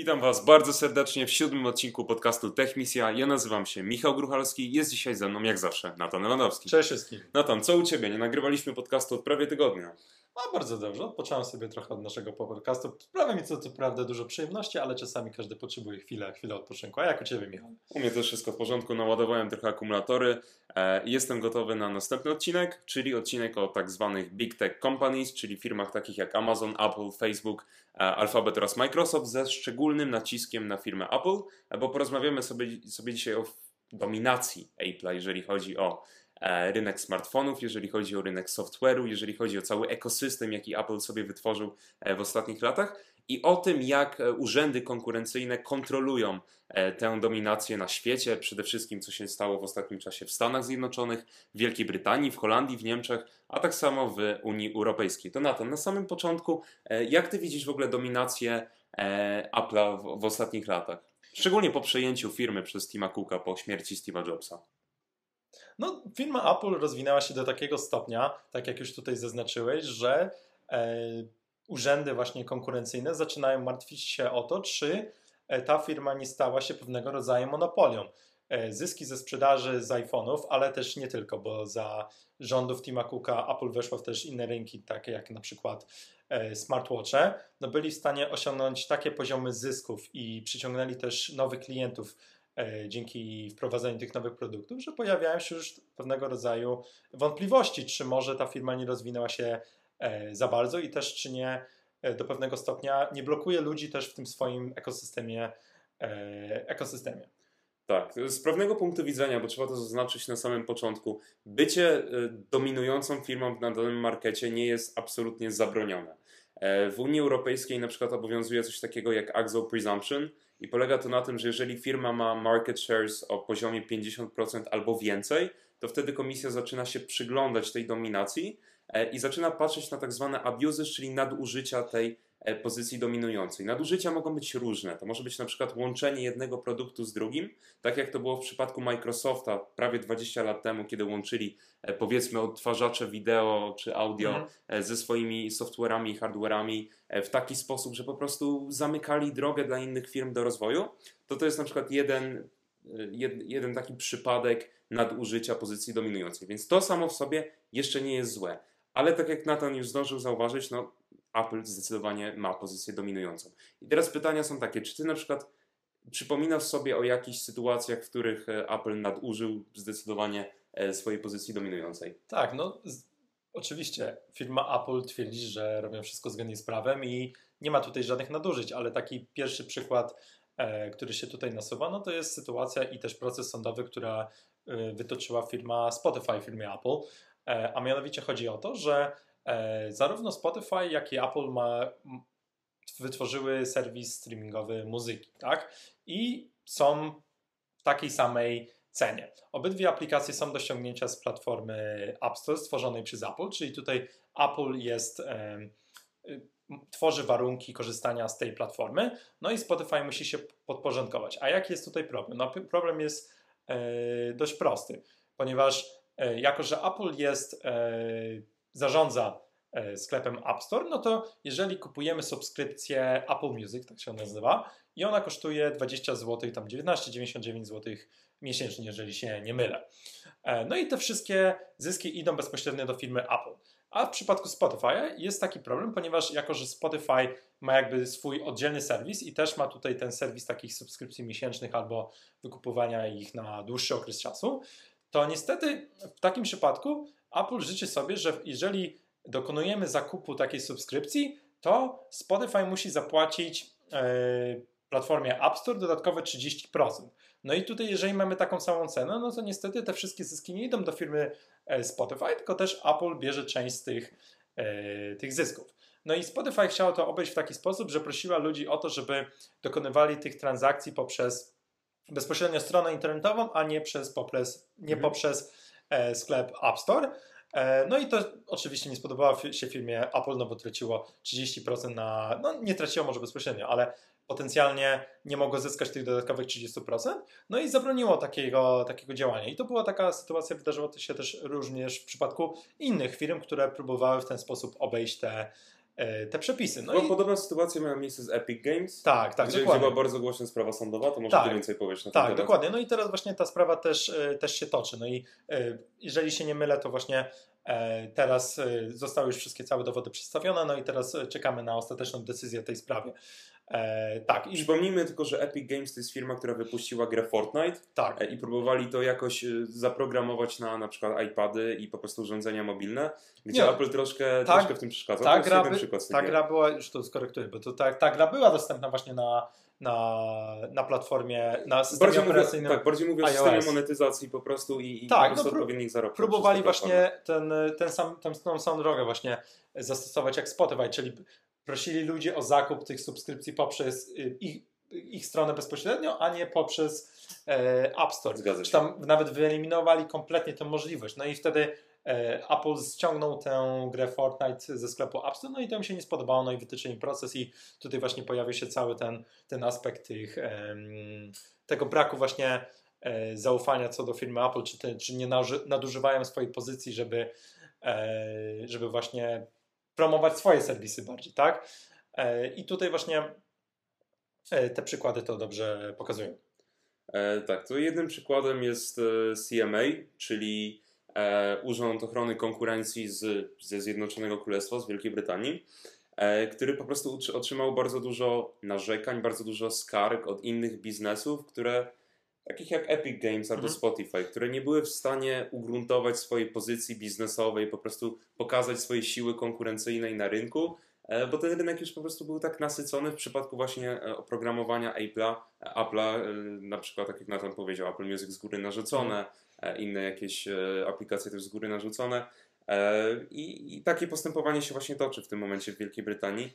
Witam Was bardzo serdecznie w 7. odcinku podcastu TechMisja. Ja nazywam się Michał Gruchalski, jest dzisiaj ze mną jak zawsze Natan Lewandowski. Cześć wszystkim. Natan, co u Ciebie? Nie nagrywaliśmy podcastu od prawie tygodnia. No bardzo dobrze, odpocząłem sobie trochę od naszego podcastu. Sprawia mi to co prawda dużo przyjemności, ale czasami każdy potrzebuje chwilę odpoczynku. A jak u Ciebie, Michał? U mnie też wszystko w porządku, naładowałem trochę akumulatory i jestem gotowy na następny odcinek, czyli odcinek o tak zwanych Big Tech Companies, czyli firmach takich jak Amazon, Apple, Facebook, Alphabet oraz Microsoft, ze szczególnym naciskiem na firmę Apple, bo porozmawiamy sobie dzisiaj o dominacji Apple'a, jeżeli chodzi o rynek smartfonów, jeżeli chodzi o rynek software'u, jeżeli chodzi o cały ekosystem, jaki Apple sobie wytworzył w ostatnich latach i o tym, jak urzędy konkurencyjne kontrolują tę dominację na świecie, przede wszystkim co się stało w ostatnim czasie w Stanach Zjednoczonych, w Wielkiej Brytanii, w Holandii, w Niemczech, a tak samo w Unii Europejskiej. To Natan, na samym początku, jak Ty widzisz w ogóle dominację Apple'a w ostatnich latach? Szczególnie po przejęciu firmy przez Tima Cooka po śmierci Steve'a Jobsa. No, firma Apple rozwinęła się do takiego stopnia, tak jak już tutaj zaznaczyłeś, że urzędy właśnie konkurencyjne zaczynają martwić się o to, czy ta firma nie stała się pewnego rodzaju monopolią. Zyski ze sprzedaży z iPhone'ów, ale też nie tylko, bo za rządów Tima Cooka Apple weszło w też inne rynki, takie jak na przykład smartwatche, no byli w stanie osiągnąć takie poziomy zysków i przyciągnęli też nowych klientów dzięki wprowadzeniu tych nowych produktów, że pojawiają się już pewnego rodzaju wątpliwości, czy może ta firma nie rozwinęła się za bardzo i też czy nie do pewnego stopnia nie blokuje ludzi też w tym swoim ekosystemie. Tak, z pewnego punktu widzenia, bo trzeba to zaznaczyć na samym początku, bycie dominującą firmą na danym markecie nie jest absolutnie zabronione. W Unii Europejskiej na przykład obowiązuje coś takiego jak Axel Presumption i polega to na tym, że jeżeli firma ma market shares o poziomie 50% albo więcej, to wtedy komisja zaczyna się przyglądać tej dominacji i zaczyna patrzeć na tak zwane abuses, czyli nadużycia tej pozycji dominującej. Nadużycia mogą być różne. To może być na przykład łączenie jednego produktu z drugim, tak jak to było w przypadku Microsofta prawie 20 lat temu, kiedy łączyli powiedzmy odtwarzacze wideo czy audio ze swoimi software'ami i hardware'ami w taki sposób, że po prostu zamykali drogę dla innych firm do rozwoju. To jest na przykład jeden taki przypadek nadużycia pozycji dominującej. Więc to samo w sobie jeszcze nie jest złe. Ale tak jak Nathan już zdążył zauważyć, no Apple zdecydowanie ma pozycję dominującą. I teraz pytania są takie, czy ty na przykład przypominasz sobie o jakichś sytuacjach, w których Apple nadużył zdecydowanie swojej pozycji dominującej? Tak, no oczywiście firma Apple twierdzi, że robią wszystko zgodnie z prawem i nie ma tutaj żadnych nadużyć, ale taki pierwszy przykład, który się tutaj nasuwa, no to jest sytuacja i też proces sądowy, która wytoczyła firma Spotify, firmie Apple, a mianowicie chodzi o to, że zarówno Spotify, jak i Apple wytworzyły serwis streamingowy muzyki, tak? I są w takiej samej cenie. Obydwie aplikacje są do ściągnięcia z platformy App Store stworzonej przez Apple, czyli tutaj Apple tworzy warunki korzystania z tej platformy, no i Spotify musi się podporządkować. A jaki jest tutaj problem? No, problem jest dość prosty, ponieważ jako że Apple zarządza sklepem App Store, no to jeżeli kupujemy subskrypcję Apple Music, tak się ona nazywa, i ona kosztuje 20 zł, tam 19,99 zł miesięcznie, jeżeli się nie mylę. No i te wszystkie zyski idą bezpośrednio do firmy Apple. A w przypadku Spotify jest taki problem, ponieważ jako że Spotify ma jakby swój oddzielny serwis i też ma tutaj ten serwis takich subskrypcji miesięcznych albo wykupywania ich na dłuższy okres czasu, to niestety w takim przypadku Apple życzy sobie, że jeżeli dokonujemy zakupu takiej subskrypcji, to Spotify musi zapłacić platformie App Store dodatkowe 30%. No i tutaj jeżeli mamy taką samą cenę, no to niestety te wszystkie zyski nie idą do firmy Spotify, tylko też Apple bierze część z tych zysków. No i Spotify chciało to obejść w taki sposób, że prosiła ludzi o to, żeby dokonywali tych transakcji poprzez bezpośrednio stronę internetową, a nie poprzez sklep App Store. No i to oczywiście nie spodobało się firmie Apple, no bo traciło 30% nie traciło może bezpośrednio, ale potencjalnie nie mogło zyskać tych dodatkowych 30%, no i zabroniło takiego działania. I to była taka sytuacja, wydarzyła się też również w przypadku innych firm, które próbowały w ten sposób obejść te przepisy. No Bo podobna sytuacja miała miejsce z Epic Games, tak, gdzie była bardzo głośna sprawa sądowa, to może ty więcej powiesz na ten temat. Tak, dokładnie. No i teraz właśnie ta sprawa też się toczy. No i jeżeli się nie mylę, to właśnie teraz zostały już wszystkie całe dowody przedstawione, no i teraz czekamy na ostateczną decyzję w tej sprawie. Tak. Przypomnijmy tylko, że Epic Games to jest firma, która wypuściła grę Fortnite i próbowali to jakoś zaprogramować na przykład iPady i po prostu urządzenia mobilne, gdzie Apple troszkę w tym przeszkadza. Ta gra była, już to skorektuję, bo to ta gra była dostępna właśnie na platformie, na systemie operacyjnym. Bardziej mówię o systemie monetyzacji po prostu i po prostu odpowiednich zarobków. Próbowali właśnie tą samą drogę właśnie zastosować jak Spotify, czyli prosili ludzi o zakup tych subskrypcji poprzez ich stronę bezpośrednio, a nie poprzez App Store. Czy tam nawet wyeliminowali kompletnie tę możliwość. No i wtedy Apple ściągnął tę grę Fortnite ze sklepu App Store, no i to mi się nie spodobało, no i wytyczył im proces i tutaj właśnie pojawił się cały ten aspekt tego braku właśnie zaufania co do firmy Apple, czy nie nadużywają swojej pozycji, żeby właśnie promować swoje serwisy bardziej, tak? I tutaj właśnie te przykłady to dobrze pokazują. Tak, to jednym przykładem jest CMA, czyli Urząd Ochrony Konkurencji ze Zjednoczonego Królestwa, z Wielkiej Brytanii, który po prostu otrzymał bardzo dużo narzekań, bardzo dużo skarg od innych biznesów, takich jak Epic Games albo Spotify, które nie były w stanie ugruntować swojej pozycji biznesowej, po prostu pokazać swojej siły konkurencyjnej na rynku, bo ten rynek już po prostu był tak nasycony w przypadku właśnie oprogramowania Apple'a, na przykład tak jak Nathan powiedział, Apple Music z góry narzucone, inne jakieś aplikacje też z góry narzucone i takie postępowanie się właśnie toczy w tym momencie w Wielkiej Brytanii.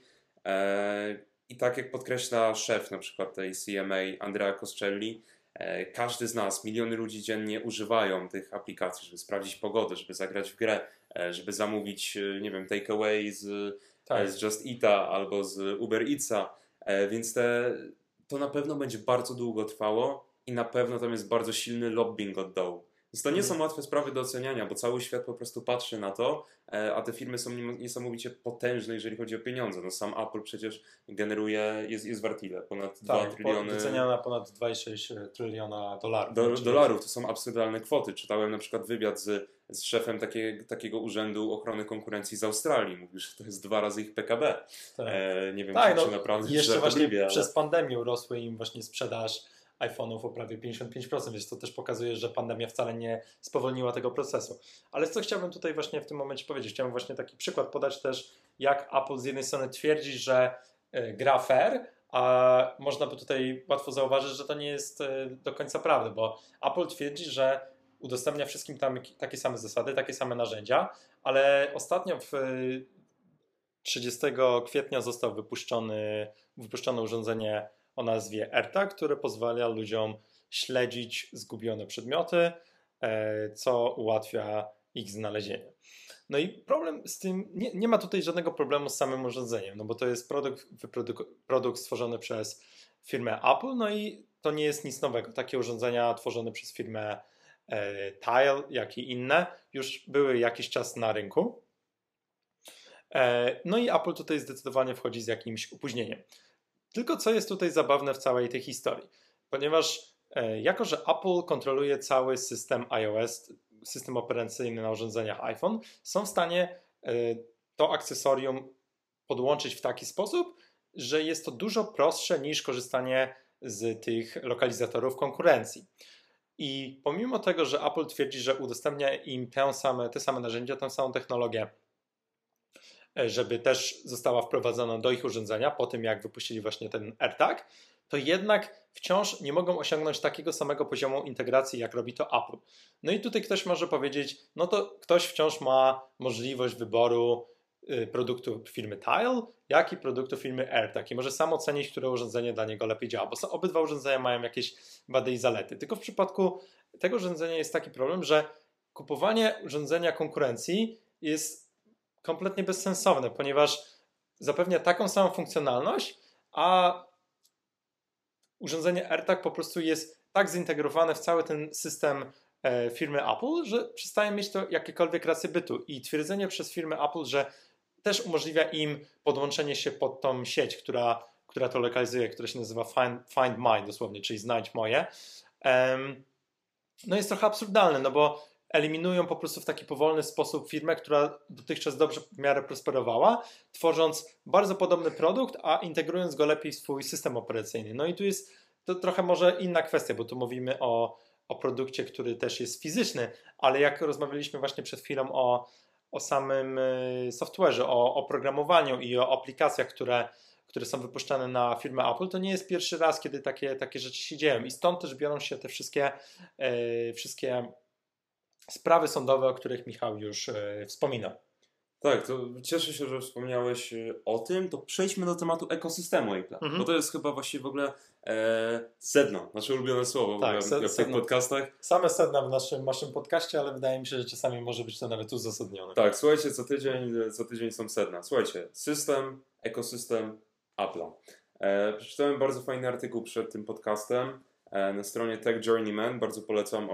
I tak jak podkreśla szef na przykład tej CMA, Andrea Coscelli, każdy z nas, miliony ludzi dziennie używają tych aplikacji, żeby sprawdzić pogodę, żeby zagrać w grę, żeby zamówić, nie wiem, takeaway z Just Eata albo z Uber Eatsa, więc to na pewno będzie bardzo długo trwało i na pewno tam jest bardzo silny lobbying od dołu. Więc to nie są łatwe sprawy do oceniania, bo cały świat po prostu patrzy na to, a te firmy są niesamowicie potężne, jeżeli chodzi o pieniądze. No sam Apple przecież generuje, jest wart ile? Ponad 2 tryliony... Wyceniana ponad 2,6 tryliona dolarów. Dolarów, to są absurdalne kwoty. Czytałem na przykład wywiad z szefem takiego urzędu ochrony konkurencji z Australii. Mówił, że to jest 2 razy ich PKB. Tak. Nie wiem, czy naprawdę... Jeszcze właśnie przez pandemię urosły im właśnie sprzedaż iPhone'ów o prawie 55%, więc to też pokazuje, że pandemia wcale nie spowolniła tego procesu. Ale co chciałbym tutaj właśnie w tym momencie powiedzieć? Chciałbym właśnie taki przykład podać też, jak Apple z jednej strony twierdzi, że gra fair, a można by tutaj łatwo zauważyć, że to nie jest do końca prawda, bo Apple twierdzi, że udostępnia wszystkim tam takie same zasady, takie same narzędzia, ale ostatnio w 30 kwietnia zostało wypuszczone urządzenie o nazwie AirTag, które pozwala ludziom śledzić zgubione przedmioty, co ułatwia ich znalezienie. No i problem z tym, nie ma tutaj żadnego problemu z samym urządzeniem, no bo to jest produkt stworzony przez firmę Apple, no i to nie jest nic nowego. Takie urządzenia tworzone przez firmę Tile, jak i inne, już były jakiś czas na rynku. No i Apple tutaj zdecydowanie wchodzi z jakimś opóźnieniem. Tylko co jest tutaj zabawne w całej tej historii? Ponieważ jako, że Apple kontroluje cały system iOS, system operacyjny na urządzeniach iPhone, są w stanie to akcesorium podłączyć w taki sposób, że jest to dużo prostsze niż korzystanie z tych lokalizatorów konkurencji. I pomimo tego, że Apple twierdzi, że udostępnia im te same narzędzia, tę samą technologię, żeby też została wprowadzona do ich urządzenia po tym, jak wypuścili właśnie ten AirTag, to jednak wciąż nie mogą osiągnąć takiego samego poziomu integracji, jak robi to Apple. No i tutaj ktoś może powiedzieć, no to ktoś wciąż ma możliwość wyboru produktu firmy Tile, jak i produktu firmy AirTag i może sam ocenić, które urządzenie dla niego lepiej działa, bo obydwa urządzenia mają jakieś wady i zalety. Tylko w przypadku tego urządzenia jest taki problem, że kupowanie urządzenia konkurencji jest kompletnie bezsensowne, ponieważ zapewnia taką samą funkcjonalność, a urządzenie AirTag po prostu jest tak zintegrowane w cały ten system firmy Apple, że przestaje mieć to jakiekolwiek racje bytu. I twierdzenie przez firmę Apple, że też umożliwia im podłączenie się pod tą sieć, która to lokalizuje, która się nazywa Find My dosłownie, czyli znajdź moje. No jest trochę absurdalne, no bo eliminują po prostu w taki powolny sposób firmę, która dotychczas dobrze w miarę prosperowała, tworząc bardzo podobny produkt, a integrując go lepiej w swój system operacyjny. No i tu jest to trochę może inna kwestia, bo tu mówimy o produkcie, który też jest fizyczny, ale jak rozmawialiśmy właśnie przed chwilą o samym software'ze, o oprogramowaniu i o aplikacjach, które są wypuszczane na firmę Apple, to nie jest pierwszy raz, kiedy takie rzeczy się dzieją. I stąd też biorą się te wszystkie sprawy sądowe, o których Michał już wspominał. Tak, to cieszę się, że wspomniałeś o tym. To przejdźmy do tematu ekosystemu Apple'a, bo to jest chyba właściwie w ogóle sedno, nasze ulubione słowo w tych podcastach. Same sedna w naszym podcaście, ale wydaje mi się, że czasami może być to nawet uzasadnione. Tak, słuchajcie, co tydzień są sedna. Słuchajcie, ekosystem Apple'a. Przeczytałem bardzo fajny artykuł przed tym podcastem na stronie Tech Journeyman, bardzo polecam,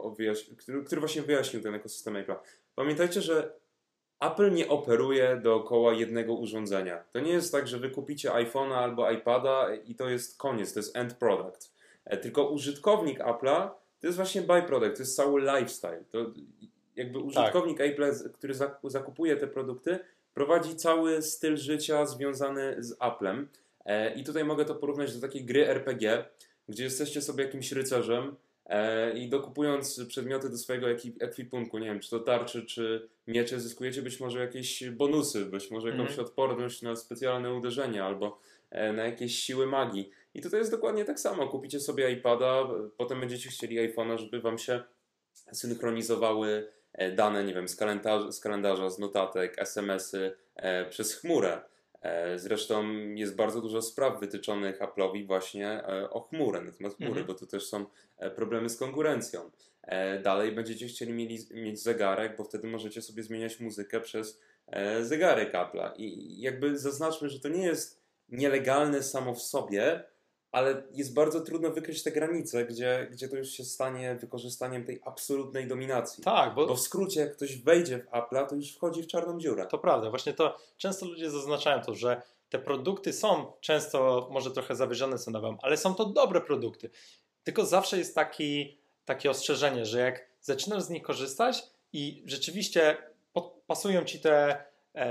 który właśnie wyjaśnił ten ekosystem Apple'a. Pamiętajcie, że Apple nie operuje dookoła jednego urządzenia. To nie jest tak, że wy kupicie iPhone'a albo iPada i to jest koniec, to jest end product. Tylko użytkownik Apple'a to jest właśnie byproduct, to jest cały lifestyle. To jakby użytkownik Apple'a, który zakupuje te produkty, prowadzi cały styl życia związany z Apple'em. I tutaj mogę to porównać do takiej gry RPG, gdzie jesteście sobie jakimś rycerzem i dokupując przedmioty do swojego ekwipunku, nie wiem, czy to tarczy, czy miecze, zyskujecie być może jakieś bonusy, być może jakąś odporność na specjalne uderzenia albo na jakieś siły magii. I tutaj jest dokładnie tak samo. Kupicie sobie iPada, potem będziecie chcieli iPhone'a, żeby wam się synchronizowały dane, nie wiem, z kalendarza, z notatek, SMS-y przez chmurę. Zresztą jest bardzo dużo spraw wytyczonych Apple'owi właśnie o chmurę, na temat chmury, bo tu też są problemy z konkurencją. Dalej będziecie chcieli mieć zegarek, bo wtedy możecie sobie zmieniać muzykę przez zegarek Apple'a. I jakby zaznaczmy, że to nie jest nielegalne samo w sobie, ale jest bardzo trudno wykryć te granice, gdzie to już się stanie wykorzystaniem tej absolutnej dominacji. Tak, bo w skrócie, jak ktoś wejdzie w Apple'a, to już wchodzi w czarną dziurę. To prawda, właśnie to często ludzie zaznaczają to, że te produkty są często może trochę zawyżone cenowo, ale są to dobre produkty. Tylko zawsze jest takie ostrzeżenie, że jak zaczynasz z nich korzystać i rzeczywiście pasują ci te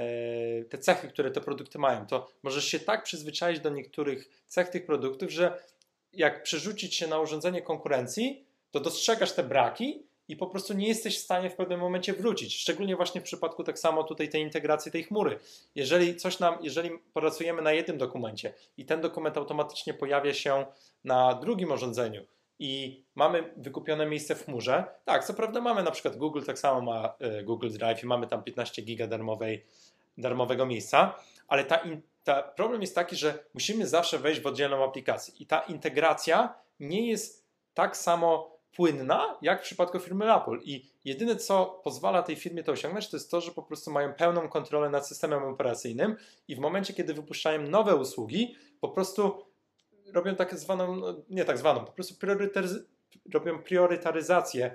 cechy, które te produkty mają, to możesz się tak przyzwyczaić do niektórych cech tych produktów, że jak przerzucić się na urządzenie konkurencji, to dostrzegasz te braki i po prostu nie jesteś w stanie w pewnym momencie wrócić. Szczególnie właśnie w przypadku tak samo tutaj tej integracji tej chmury. Jeżeli pracujemy na jednym dokumencie i ten dokument automatycznie pojawia się na drugim urządzeniu i mamy wykupione miejsce w chmurze, tak, co prawda mamy na przykład Google, tak samo ma Google Drive i mamy tam 15 giga darmowego miejsca, ale problem jest taki, że musimy zawsze wejść w oddzielną aplikację i ta integracja nie jest tak samo płynna, jak w przypadku firmy Apple. I jedyne, co pozwala tej firmie to osiągnąć, to jest to, że po prostu mają pełną kontrolę nad systemem operacyjnym i w momencie, kiedy wypuszczają nowe usługi, po prostu robią po prostu robią priorytaryzację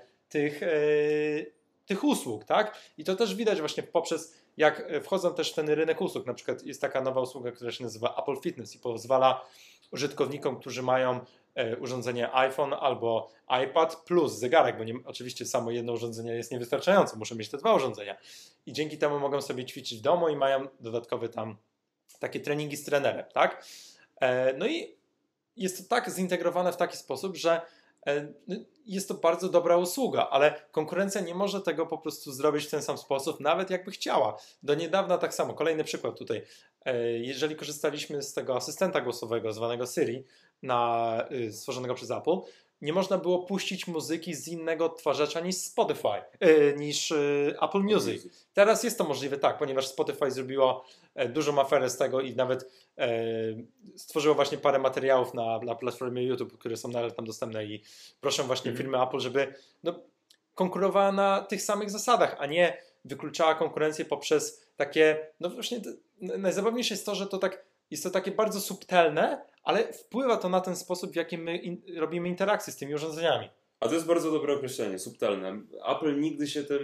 tych usług, tak? I to też widać właśnie poprzez, jak wchodzą też w ten rynek usług. Na przykład jest taka nowa usługa, która się nazywa Apple Fitness i pozwala użytkownikom, którzy mają urządzenie iPhone albo iPad plus zegarek, bo oczywiście samo jedno urządzenie jest niewystarczające, muszą mieć te dwa urządzenia. I dzięki temu mogą sobie ćwiczyć w domu i mają dodatkowe tam takie treningi z trenerem, tak? No i jest to tak zintegrowane w taki sposób, że jest to bardzo dobra usługa, ale konkurencja nie może tego po prostu zrobić w ten sam sposób, nawet jakby chciała. Do niedawna tak samo. Kolejny przykład tutaj. Jeżeli korzystaliśmy z tego asystenta głosowego zwanego Siri, stworzonego przez Apple, nie można było puścić muzyki z innego odtwarzacza niż Spotify, niż Apple Music. Teraz jest to możliwe, tak, ponieważ Spotify zrobiło dużą aferę z tego i nawet stworzyło właśnie parę materiałów na platformie YouTube, które są nadal tam dostępne i proszę właśnie firmę Apple, żeby konkurowała na tych samych zasadach, a nie wykluczała konkurencję poprzez takie, właśnie najzabawniejsze jest to, że jest to takie bardzo subtelne, ale wpływa to na ten sposób, w jaki my robimy interakcje z tymi urządzeniami. A to jest bardzo dobre określenie, subtelne. Apple nigdy się tym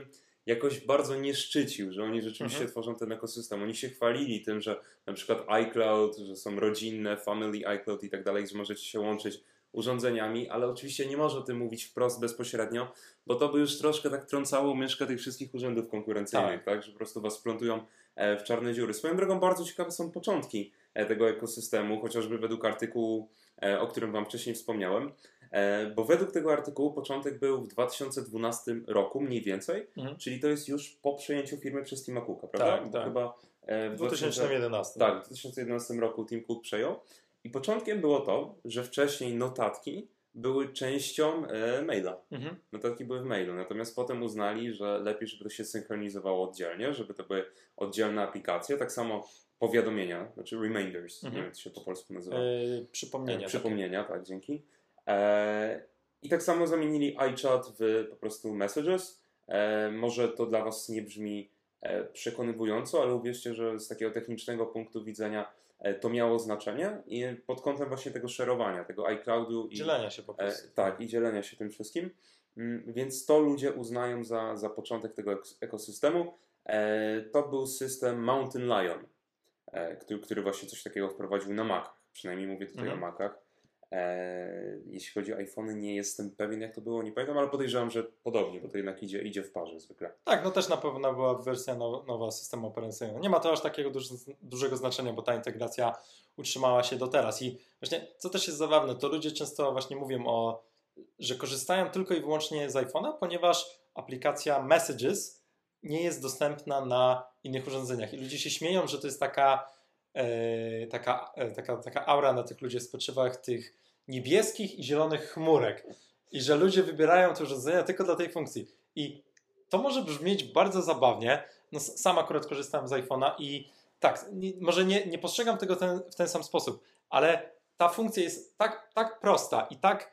jakoś bardzo nie szczycił, że oni rzeczywiście tworzą ten ekosystem. Oni się chwalili tym, że na przykład iCloud, że są rodzinne, family iCloud i tak dalej, że możecie się łączyć urządzeniami, ale oczywiście nie może o tym mówić wprost bezpośrednio, bo to by już troszkę tak trącało myszkę tych wszystkich urzędów konkurencyjnych, tak? Że po prostu was wplątują w czarne dziury. Swoją drogą bardzo ciekawe są początki tego ekosystemu, chociażby według artykułu, o którym wam wcześniej wspomniałem, bo według tego artykułu początek był w 2012 roku mniej więcej, czyli to jest już po przejęciu firmy przez Tima Cooka, prawda? Tak. Chyba w 2011. Tak, w 2011 roku Tim Cook przejął. I początkiem było to, że wcześniej notatki były częścią maila. Notatki były w mailu, natomiast potem uznali, że lepiej, żeby to się synchronizowało oddzielnie, żeby to były oddzielne aplikacje, tak samo powiadomienia, znaczy reminders, nie wiem, jak to się po polsku nazywa. Przypomnienia. Przypomnienia, tak, dzięki. I tak samo zamienili iChat w po prostu messages. Może to dla was nie brzmi przekonywująco, ale uwierzcie, że z takiego technicznego punktu widzenia to miało znaczenie i pod kątem właśnie tego share'owania, tego iCloudu i dzielenia się po prostu. Tak, i dzielenia się tym wszystkim. Więc to ludzie uznają za początek tego ekosystemu. To był system Mountain Lion, który właśnie coś takiego wprowadził na Macach. Przynajmniej mówię tutaj o Macach. Jeśli chodzi o iPhony, nie jestem pewien, jak to było, nie pamiętam, ale podejrzewam, że podobnie, bo to jednak idzie w parze zwykle. Tak, no też na pewno była wersja nowa systemu operacyjnego. Nie ma to aż takiego dużego znaczenia, bo ta integracja utrzymała się do teraz. I właśnie, co też jest zabawne, to ludzie często właśnie mówią że korzystają tylko i wyłącznie z iPhone'a, ponieważ aplikacja Messages nie jest dostępna na innych urządzeniach. I ludzie się śmieją, że to jest taka aura na tych ludziach spoczywa tych niebieskich i zielonych chmurek i że ludzie wybierają te urządzenia tylko dla tej funkcji. I to może brzmieć bardzo zabawnie. No, sam akurat korzystałem z iPhone'a i tak, może nie postrzegam tego w ten sam sposób, ale ta funkcja jest tak prosta i tak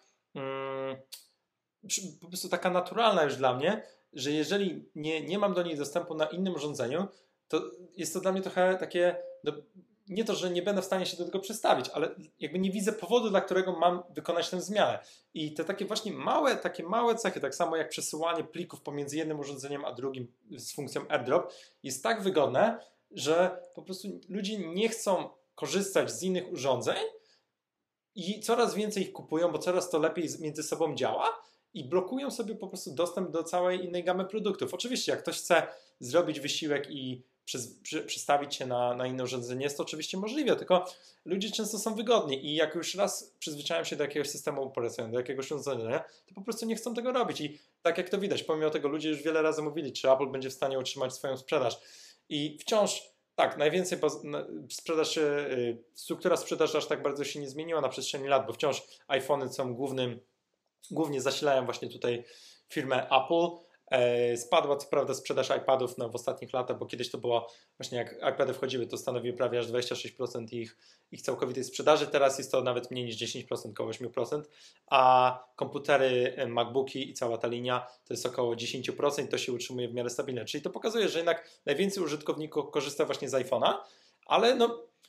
po prostu taka naturalna już dla mnie, że jeżeli nie mam do niej dostępu na innym urządzeniu, to jest to dla mnie trochę takie, nie to, że nie będę w stanie się do tego przestawić, ale jakby nie widzę powodu, dla którego mam wykonać tę zmianę. I te takie właśnie małe cechy, tak samo jak przesyłanie plików pomiędzy jednym urządzeniem a drugim z funkcją AirDrop, jest tak wygodne, że po prostu ludzie nie chcą korzystać z innych urządzeń i coraz więcej ich kupują, bo coraz to lepiej między sobą działa i blokują sobie po prostu dostęp do całej innej gamy produktów. Oczywiście, jak ktoś chce zrobić wysiłek i przestawić się na inne urządzenie, jest to oczywiście możliwe, tylko ludzie często są wygodni i jak już raz przyzwyczają się do jakiegoś systemu operacyjnego, do jakiegoś urządzenia, to po prostu nie chcą tego robić i tak jak to widać, pomimo tego ludzie już wiele razy mówili, czy Apple będzie w stanie utrzymać swoją sprzedaż i wciąż tak, najwięcej struktura sprzedaży aż tak bardzo się nie zmieniła na przestrzeni lat, bo wciąż iPhony są głównie zasilają właśnie tutaj firmę Apple. Spadła co prawda sprzedaż iPadów w ostatnich latach, bo kiedyś to było właśnie jak iPady wchodziły, to stanowiły prawie aż 26% ich całkowitej sprzedaży, teraz jest to nawet mniej niż 10%, około 8%, a komputery, MacBooki i cała ta linia to jest około 10% i to się utrzymuje w miarę stabilne, czyli to pokazuje, że jednak najwięcej użytkowników korzysta właśnie z iPhone'a, ale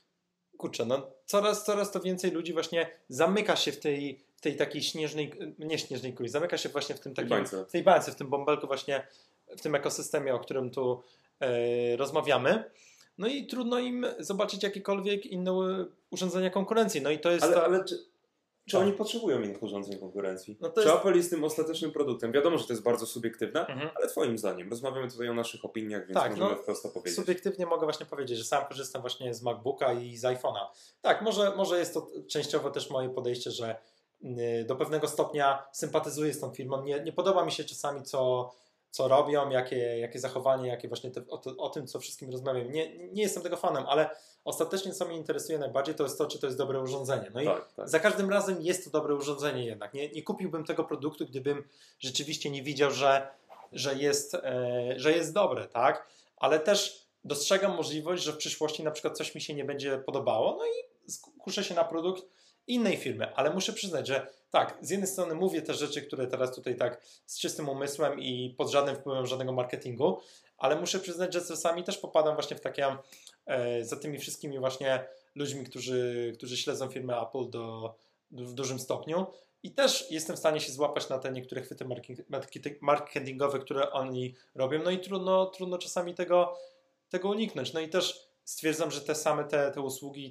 coraz to więcej ludzi właśnie zamyka się w tej takiej śnieżnej kuli, zamyka się właśnie w tym takim, w tej bańce, w tym bąbelku właśnie, w tym ekosystemie, o którym tu rozmawiamy. No i trudno im zobaczyć jakiekolwiek inne urządzenia konkurencji. No i to jest... Ale czy oni potrzebują innych urządzeń konkurencji? Czy Apple jest tym ostatecznym produktem? Wiadomo, że to jest bardzo subiektywne, ale twoim zdaniem, rozmawiamy tutaj o naszych opiniach, więc możemy wprost to powiedzieć. Subiektywnie mogę właśnie powiedzieć, że sam korzystam właśnie z MacBooka i z iPhone'a. Tak, może jest to częściowo też moje podejście, że do pewnego stopnia sympatyzuję z tą firmą. Nie podoba mi się czasami co robią, jakie zachowanie, jakie właśnie o tym, co wszystkim rozmawiam. Nie jestem tego fanem, ale ostatecznie co mnie interesuje najbardziej, to jest to, czy to jest dobre urządzenie. No i za każdym razem jest to dobre urządzenie jednak. Nie kupiłbym tego produktu, gdybym rzeczywiście nie widział, że jest dobre, tak? Ale też dostrzegam możliwość, że w przyszłości na przykład coś mi się nie będzie podobało, no i skuszę się na produkt innej firmy, ale muszę przyznać, że tak, z jednej strony mówię te rzeczy, które teraz tutaj tak z czystym umysłem i pod żadnym wpływem żadnego marketingu, ale muszę przyznać, że czasami też popadam właśnie w takie, za tymi wszystkimi właśnie ludźmi, którzy śledzą firmę Apple w dużym stopniu, i też jestem w stanie się złapać na te niektóre chwyty marketingowe, które oni robią, no i trudno czasami tego uniknąć. No i też stwierdzam, że te same te usługi,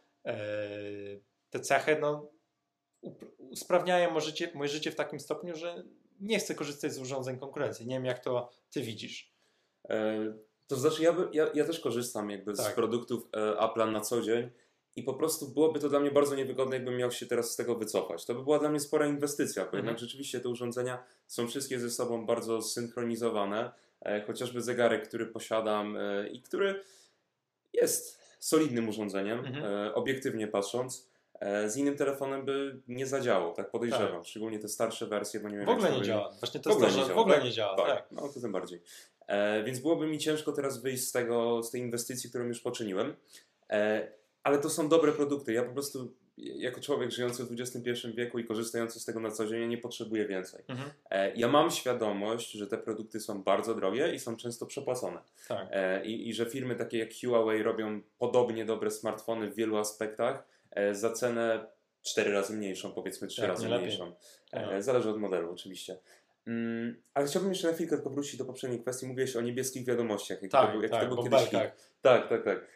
te cechy, no, usprawniają moje życie w takim stopniu, że nie chcę korzystać z urządzeń konkurencji. Nie wiem, jak to ty widzisz. To znaczy, ja też korzystam jakby z produktów Apple'a na co dzień i po prostu byłoby to dla mnie bardzo niewygodne, jakbym miał się teraz z tego wycofać. To by była dla mnie spora inwestycja, bo jednak rzeczywiście te urządzenia są wszystkie ze sobą bardzo zsynchronizowane. Chociażby zegarek, który posiadam i który jest solidnym urządzeniem, obiektywnie patrząc. Z innym telefonem by nie zadziałał, tak podejrzewam. Tak. Szczególnie te starsze wersje, bo nie wiem, w ogóle nie działa. Właśnie to jest to, że w ogóle nie działa. Tak. No to tym bardziej. Więc byłoby mi ciężko teraz wyjść z tej inwestycji, którą już poczyniłem. Ale to są dobre produkty. Ja po prostu, jako człowiek żyjący w XXI wieku i korzystający z tego na co dzień, ja nie potrzebuję więcej. Ja mam świadomość, że te produkty są bardzo drogie i są często przepłacone. Tak. I że firmy takie jak Huawei robią podobnie dobre smartfony w wielu aspektach za cenę 4 razy mniejszą, powiedzmy 3 razy mniejszą. Zależy od modelu oczywiście. Ale chciałbym jeszcze na chwilkę tylko wrócić do poprzedniej kwestii. Mówiłeś o niebieskich wiadomościach. Jak to był kiedyś hit. Tak.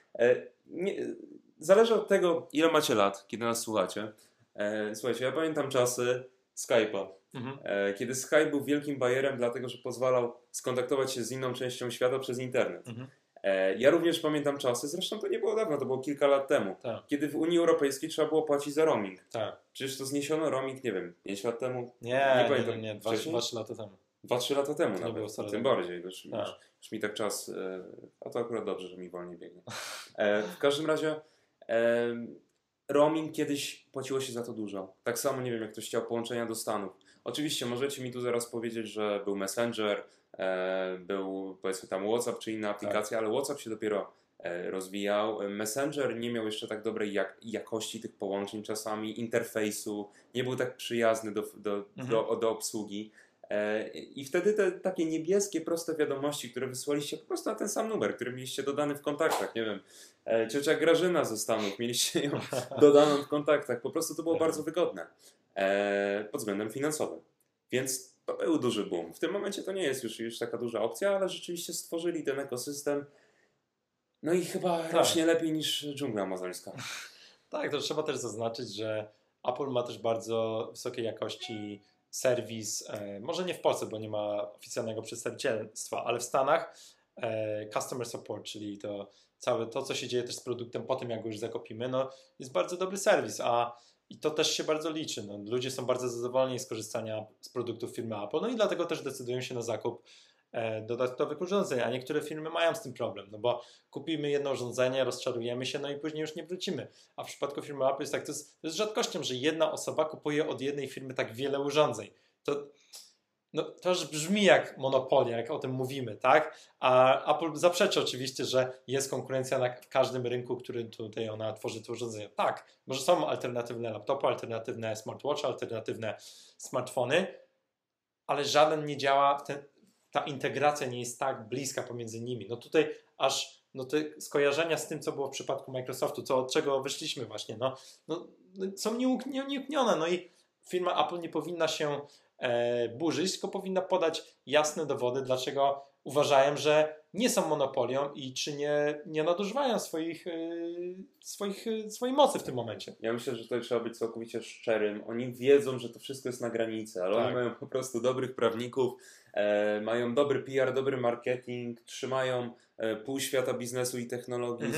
Zależy od tego, ile macie lat, kiedy nas słuchacie. Słuchajcie, ja pamiętam czasy Skype'a. Kiedy Skype był wielkim bajerem, dlatego że pozwalał skontaktować się z inną częścią świata przez internet. Ja również pamiętam czasy, zresztą to nie było dawno, to było kilka lat temu, kiedy w Unii Europejskiej trzeba było płacić za roaming. Przecież to zniesiono roaming, nie wiem, 5 lat temu? Nie pamiętam. 2-3 lata temu. 2-3 lata temu to nawet, tym bardziej. Już mi tak czas, a to akurat dobrze, że mi wolniej biegnie. W każdym razie roaming kiedyś płaciło się za to dużo. Tak samo, nie wiem, jak ktoś chciał połączenia do Stanów. Oczywiście możecie mi tu zaraz powiedzieć, że był Messenger, był powiedzmy tam WhatsApp czy inna aplikacja, ale WhatsApp się dopiero rozwijał. Messenger nie miał jeszcze tak dobrej jakości tych połączeń czasami, interfejsu, nie był tak przyjazny do obsługi. I wtedy te takie niebieskie, proste wiadomości, które wysłaliście po prostu na ten sam numer, który mieliście dodany w kontaktach, nie wiem, ciocia Grażyna ze Stanów, mieliście ją dodaną w kontaktach, po prostu to było bardzo wygodne pod względem finansowym. Więc to był duży boom. W tym momencie to nie jest już taka duża opcja, ale rzeczywiście stworzyli ten ekosystem, no i chyba rośnie lepiej niż dżungla amazońska. Tak, to trzeba też zaznaczyć, że Apple ma też bardzo wysokiej jakości serwis, może nie w Polsce, bo nie ma oficjalnego przedstawicielstwa, ale w Stanach customer support, czyli to całe to, co się dzieje też z produktem po tym, jak go już zakupimy, no jest bardzo dobry serwis, i to też się bardzo liczy. No, ludzie są bardzo zadowoleni z korzystania z produktów firmy Apple, no i dlatego też decydują się na zakup dodatkowych urządzeń, a niektóre firmy mają z tym problem, no bo kupimy jedno urządzenie, rozczarujemy się, no i później już nie wrócimy. A w przypadku firmy Apple jest tak, to jest rzadkością, że jedna osoba kupuje od jednej firmy tak wiele urządzeń. To już brzmi jak monopolia, jak o tym mówimy, tak? A Apple zaprzeczy oczywiście, że jest konkurencja w każdym rynku, który tutaj ona tworzy te urządzenia. Tak, może są alternatywne laptopy, alternatywne smartwatche, alternatywne smartfony, ale żaden nie działa ta integracja nie jest tak bliska pomiędzy nimi. No tutaj aż te skojarzenia z tym, co było w przypadku Microsoftu, od czego wyszliśmy właśnie, są nieuniknione. No i firma Apple nie powinna się burzyć, tylko powinna podać jasne dowody, dlaczego uważają, że nie są monopolią i czy nie nadużywają swojej mocy w tym momencie. Ja myślę, że tutaj trzeba być całkowicie szczerym. Oni wiedzą, że to wszystko jest na granicy, ale oni mają po prostu dobrych prawników, mają dobry PR, dobry marketing, trzymają pół świata biznesu i technologii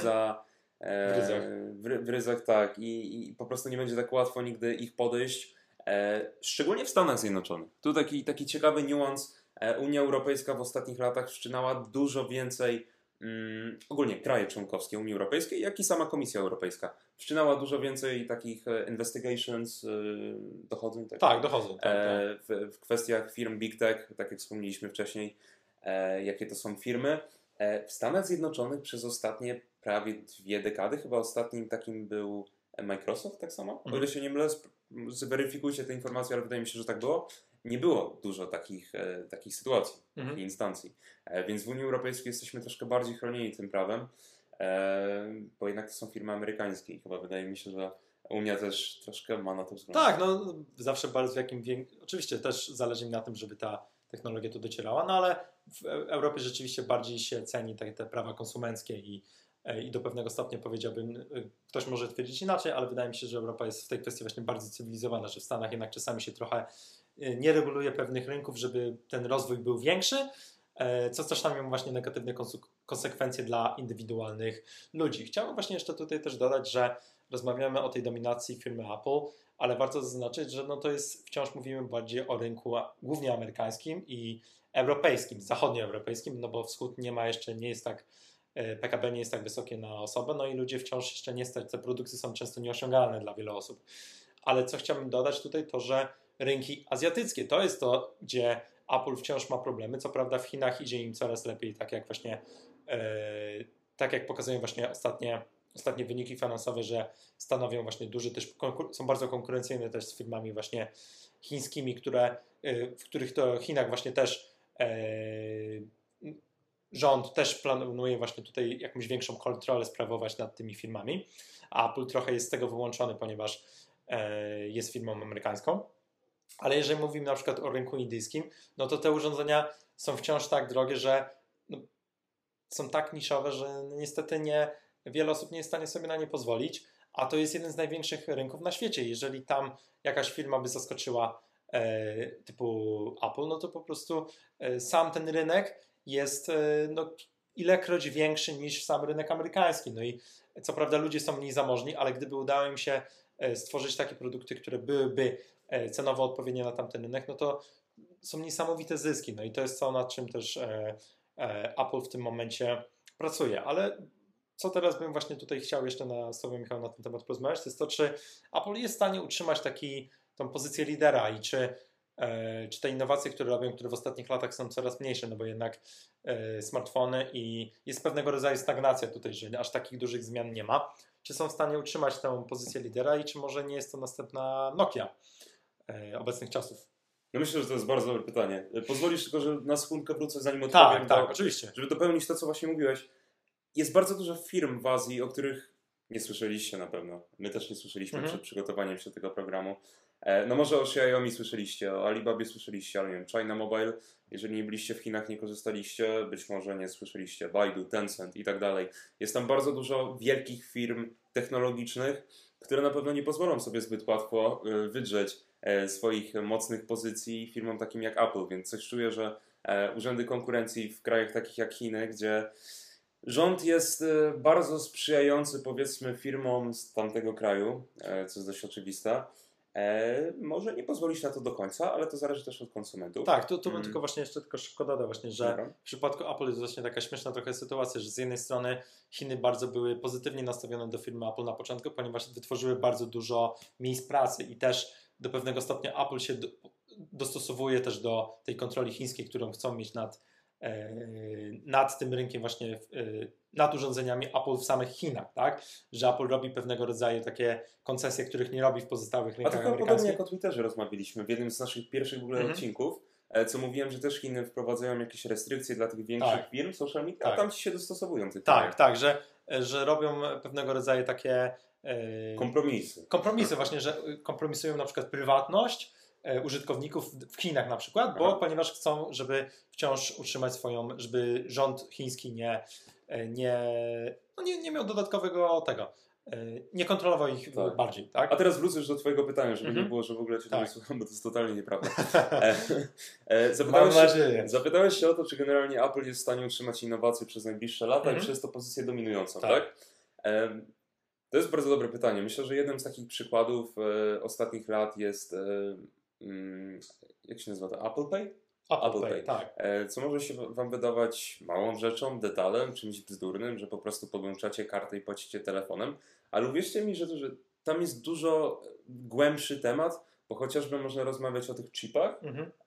w ryzach, tak. I po prostu nie będzie tak łatwo nigdy ich podejść. Szczególnie w Stanach Zjednoczonych. Tu taki ciekawy niuans. Unia Europejska w ostatnich latach wszczynała dużo więcej, ogólnie kraje członkowskie Unii Europejskiej, jak i sama Komisja Europejska. Wszczynała dużo więcej takich investigations, dochodzeń. Dochodzeń. W kwestiach firm Big Tech, tak jak wspomnieliśmy wcześniej, jakie to są firmy. W Stanach Zjednoczonych przez ostatnie prawie 2 dekady, chyba ostatnim takim był Microsoft, tak samo? O ile się nie mylę, zweryfikujcie te informacje, ale wydaje mi się, że tak było. Nie było dużo takich sytuacji, takich instancji. Więc w Unii Europejskiej jesteśmy troszkę bardziej chronieni tym prawem, bo jednak to są firmy amerykańskie i chyba wydaje mi się, że Unia też troszkę ma na to wzgląd. Tak, no zawsze bardzo w jakim oczywiście też zależy mi na tym, żeby ta technologia tu docierała, no ale w Europie rzeczywiście bardziej się ceni te prawa konsumenckie i do pewnego stopnia powiedziałbym, ktoś może twierdzić inaczej, ale wydaje mi się, że Europa jest w tej kwestii właśnie bardzo cywilizowana, że w Stanach jednak czasami się trochę nie reguluje pewnych rynków, żeby ten rozwój był większy, co czasami ma właśnie negatywne konsekwencje dla indywidualnych ludzi. Chciałbym właśnie jeszcze tutaj też dodać, że rozmawiamy o tej dominacji firmy Apple, ale warto zaznaczyć, że no to jest, wciąż mówimy bardziej o rynku głównie amerykańskim i europejskim, zachodnioeuropejskim, no bo wschód nie jest tak, PKB nie jest tak wysokie na osobę, no i ludzie wciąż jeszcze nie stać, te produkty są często nieosiągalne dla wielu osób. Ale co chciałbym dodać tutaj, to że rynki azjatyckie to jest to, gdzie Apple wciąż ma problemy. Co prawda w Chinach idzie im coraz lepiej, tak jak właśnie tak jak pokazują właśnie ostatnie wyniki finansowe, że stanowią właśnie duży też, są bardzo konkurencyjne też z firmami właśnie chińskimi, w których to Chinach właśnie też rząd też planuje właśnie tutaj jakąś większą kontrolę sprawować nad tymi firmami, a Apple trochę jest z tego wyłączony, ponieważ jest firmą amerykańską. Ale jeżeli mówimy na przykład o rynku indyjskim, no to te urządzenia są wciąż tak drogie, że są tak niszowe, że niestety wiele osób nie jest w stanie sobie na nie pozwolić, a to jest jeden z największych rynków na świecie. Jeżeli tam jakaś firma by zaskoczyła typu Apple, no to po prostu sam ten rynek jest ilekroć większy niż sam rynek amerykański. No i co prawda ludzie są mniej zamożni, ale gdyby udało im się stworzyć takie produkty, które byłyby cenowo odpowiednie na tamten rynek, no to są niesamowite zyski. No i to jest to, nad czym też Apple w tym momencie pracuje. Ale co teraz bym właśnie tutaj chciał jeszcze z Tobą, Michał, na ten temat porozmawiać, to jest to, czy Apple jest w stanie utrzymać tą pozycję lidera i czy te innowacje, które robią, które w ostatnich latach są coraz mniejsze, no bo jednak smartfony i jest pewnego rodzaju stagnacja tutaj, że aż takich dużych zmian nie ma. Czy są w stanie utrzymać tę pozycję lidera i czy może nie jest to następna Nokia obecnych czasów? No myślę, że to jest bardzo dobre pytanie. Pozwolisz tylko, że na sekundkę wrócę, zanim odpowiem. Tak, oczywiście. Żeby dopełnić to, co właśnie mówiłeś. Jest bardzo dużo firm w Azji, o których nie słyszeliście na pewno. My też nie słyszeliśmy przed przygotowaniem się do tego programu. No może o Xiaomi słyszeliście, o Alibabie słyszeliście, ale nie wiem, China Mobile, jeżeli nie byliście w Chinach, nie korzystaliście, być może nie słyszeliście, Baidu, Tencent i tak dalej. Jest tam bardzo dużo wielkich firm technologicznych, które na pewno nie pozwolą sobie zbyt łatwo wydrzeć swoich mocnych pozycji firmom takim jak Apple, więc coś czuję, że urzędy konkurencji w krajach takich jak Chiny, gdzie rząd jest bardzo sprzyjający, powiedzmy, firmom z tamtego kraju, co jest dość oczywiste. Może nie pozwolić na to do końca, ale to zależy też od konsumentów. Tak, tu bym tylko właśnie jeszcze szybko dodał właśnie, że w przypadku Apple jest właśnie taka śmieszna trochę sytuacja, że z jednej strony Chiny bardzo były pozytywnie nastawione do firmy Apple na początku, ponieważ wytworzyły bardzo dużo miejsc pracy i też do pewnego stopnia Apple się dostosowuje też do tej kontroli chińskiej, którą chcą mieć nad tym rynkiem właśnie, nad urządzeniami Apple w samych Chinach, tak? Że Apple robi pewnego rodzaju takie koncesje, których nie robi w pozostałych rynkach amerykanskich. Podobnie jak o Twitterze rozmawialiśmy w jednym z naszych pierwszych w ogóle odcinków, co mówiłem, że też Chiny wprowadzają jakieś restrykcje dla tych większych firm social media, a tam ci się dostosowują. Tak, że robią pewnego rodzaju takie kompromisy właśnie, że kompromisują na przykład prywatność użytkowników w Chinach na przykład, ponieważ chcą, żeby wciąż utrzymać żeby rząd chiński nie miał dodatkowego nie kontrolował ich bardziej. Tak? A teraz wrócę już do Twojego pytania, żeby nie było, że w ogóle Cię nie słucham, bo to jest totalnie nieprawda. Zapytałeś się o to, czy generalnie Apple jest w stanie utrzymać innowacje przez najbliższe lata i przez to pozycję dominującą, tak? To jest bardzo dobre pytanie. Myślę, że jednym z takich przykładów ostatnich lat jest jak się nazywa to? Apple Pay? Apple Pay, tak. Co może się Wam wydawać małą rzeczą, detalem, czymś bzdurnym, że po prostu podłączacie kartę i płacicie telefonem, ale uwierzcie mi, że tam jest dużo głębszy temat, bo chociażby można rozmawiać o tych chipach